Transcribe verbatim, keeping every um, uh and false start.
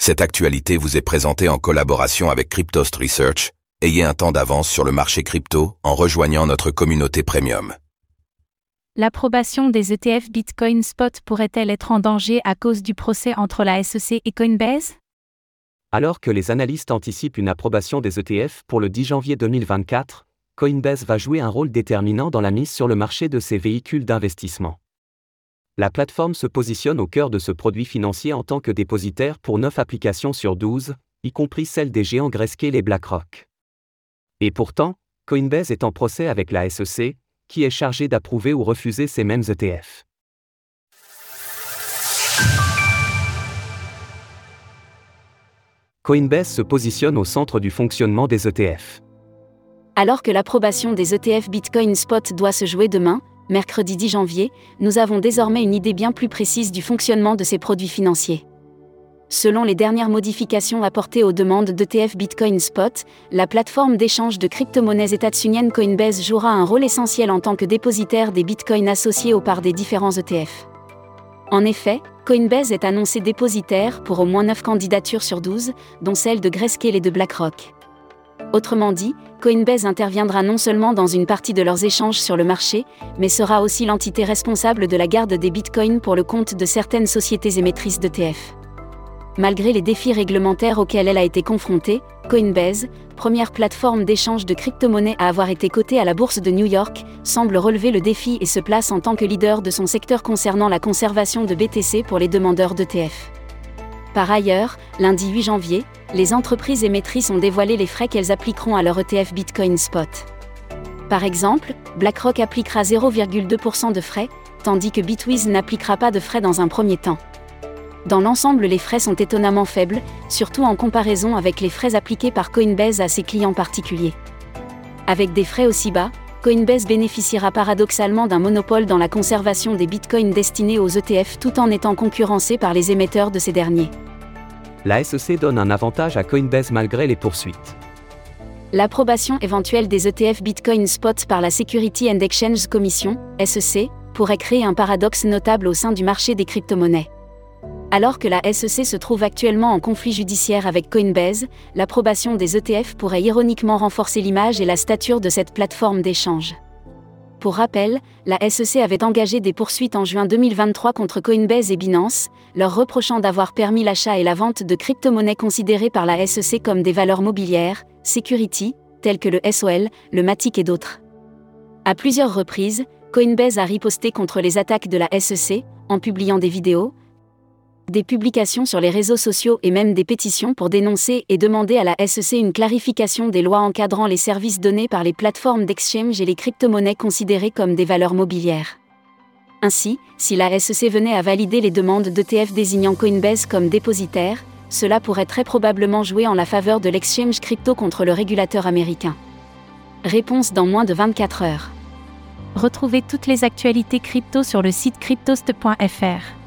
Cette actualité vous est présentée en collaboration avec Cryptost Research. Ayez un temps d'avance sur le marché crypto en rejoignant notre communauté premium. L'approbation des E T F Bitcoin Spot pourrait-elle être en danger à cause du procès entre la S E C et Coinbase? Alors que les analystes anticipent une approbation des E T F pour le dix janvier deux mille vingt-quatre, Coinbase va jouer un rôle déterminant dans la mise sur le marché de ces véhicules d'investissement. La plateforme se positionne au cœur de ce produit financier en tant que dépositaire pour neuf applications sur douze, y compris celles des géants Grayscale et BlackRock. Et pourtant, Coinbase est en procès avec la S E C, qui est chargée d'approuver ou refuser ces mêmes E T F. Coinbase se positionne au centre du fonctionnement des E T F. Alors que l'approbation des E T F Bitcoin Spot doit se jouer demain, mercredi dix janvier, nous avons désormais une idée bien plus précise du fonctionnement de ces produits financiers. Selon les dernières modifications apportées aux demandes d'E T F Bitcoin Spot, la plateforme d'échange de crypto-monnaies états-unienne Coinbase jouera un rôle essentiel en tant que dépositaire des bitcoins associés aux parts des différents E T F. En effet, Coinbase est annoncé dépositaire pour au moins neuf candidatures sur douze, dont celle de Grayscale et de BlackRock. Autrement dit, Coinbase interviendra non seulement dans une partie de leurs échanges sur le marché, mais sera aussi l'entité responsable de la garde des bitcoins pour le compte de certaines sociétés émettrices d'E T F. Malgré les défis réglementaires auxquels elle a été confrontée, Coinbase, première plateforme d'échange de crypto-monnaies à avoir été cotée à la bourse de New York, semble relever le défi et se place en tant que leader de son secteur concernant la conservation de B T C pour les demandeurs d'E T F. Par ailleurs, lundi huit janvier, les entreprises émettrices ont dévoilé les frais qu'elles appliqueront à leur E T F Bitcoin Spot. Par exemple, BlackRock appliquera zéro virgule deux pour cent de frais, tandis que Bitwiz n'appliquera pas de frais dans un premier temps. Dans l'ensemble, les frais sont étonnamment faibles, surtout en comparaison avec les frais appliqués par Coinbase à ses clients particuliers. Avec des frais aussi bas, Coinbase bénéficiera paradoxalement d'un monopole dans la conservation des bitcoins destinés aux E T F tout en étant concurrencé par les émetteurs de ces derniers. La S E C donne un avantage à Coinbase malgré les poursuites. L'approbation éventuelle des E T F Bitcoin Spot par la Security and Exchange Commission, S E C, pourrait créer un paradoxe notable au sein du marché des crypto-monnaies. Alors que la S E C se trouve actuellement en conflit judiciaire avec Coinbase, l'approbation des E T F pourrait ironiquement renforcer l'image et la stature de cette plateforme d'échange. Pour rappel, la S E C avait engagé des poursuites en juin deux mille vingt-trois contre Coinbase et Binance, leur reprochant d'avoir permis l'achat et la vente de crypto-monnaies considérées par la S E C comme des valeurs mobilières, security, telles que le S O L, le Matic et d'autres. À plusieurs reprises, Coinbase a riposté contre les attaques de la S E C, en publiant des vidéos, des publications sur les réseaux sociaux et même des pétitions pour dénoncer et demander à la S E C une clarification des lois encadrant les services donnés par les plateformes d'exchange et les crypto-monnaies considérées comme des valeurs mobilières. Ainsi, si la S E C venait à valider les demandes d'E T F désignant Coinbase comme dépositaire, cela pourrait très probablement jouer en la faveur de l'exchange crypto contre le régulateur américain. Réponse dans moins de vingt-quatre heures. Retrouvez toutes les actualités crypto sur le site cryptost point f r.